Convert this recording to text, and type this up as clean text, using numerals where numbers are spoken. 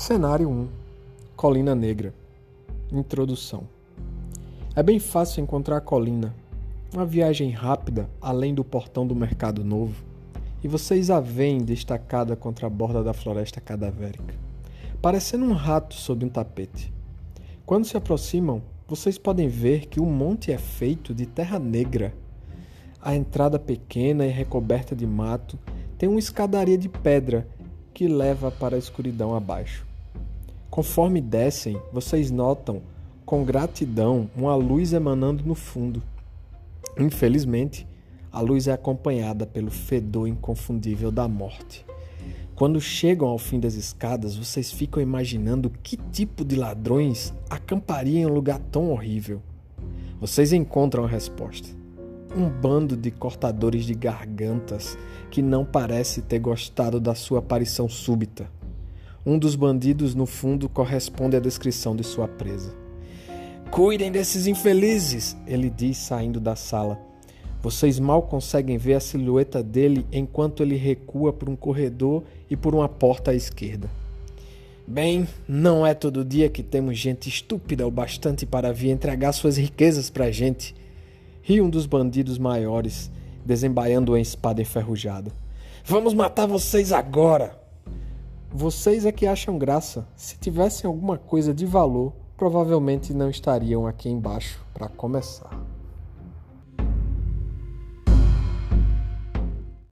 Cenário 1. Colina Negra. Introdução. É bem fácil encontrar a colina. Uma viagem rápida além do portão do Mercado Novo, e vocês a veem destacada contra a borda da floresta cadavérica, parecendo um rato sob um tapete. Quando se aproximam, vocês podem ver que o monte é feito de terra negra. A entrada pequena e recoberta de mato tem uma escadaria de pedra que leva para a escuridão abaixo. Conforme descem, vocês notam, com gratidão, uma luz emanando no fundo. Infelizmente, a luz é acompanhada pelo fedor inconfundível da morte. Quando chegam ao fim das escadas, vocês ficam imaginando que tipo de ladrões acampariam em um lugar tão horrível. Vocês encontram a resposta. Um bando de cortadores de gargantas que não parece ter gostado da sua aparição súbita. Um dos bandidos no fundo corresponde à descrição de sua presa. "Cuidem desses infelizes!" ele diz saindo da sala. Vocês mal conseguem ver a silhueta dele enquanto ele recua por um corredor e por uma porta à esquerda. "Bem, não é todo dia que temos gente estúpida o bastante para vir entregar suas riquezas pra gente", ri um dos bandidos maiores, desembaiando uma espada enferrujada. "Vamos matar vocês agora!" Vocês é que acham graça. Se tivessem alguma coisa de valor, provavelmente não estariam aqui embaixo para começar.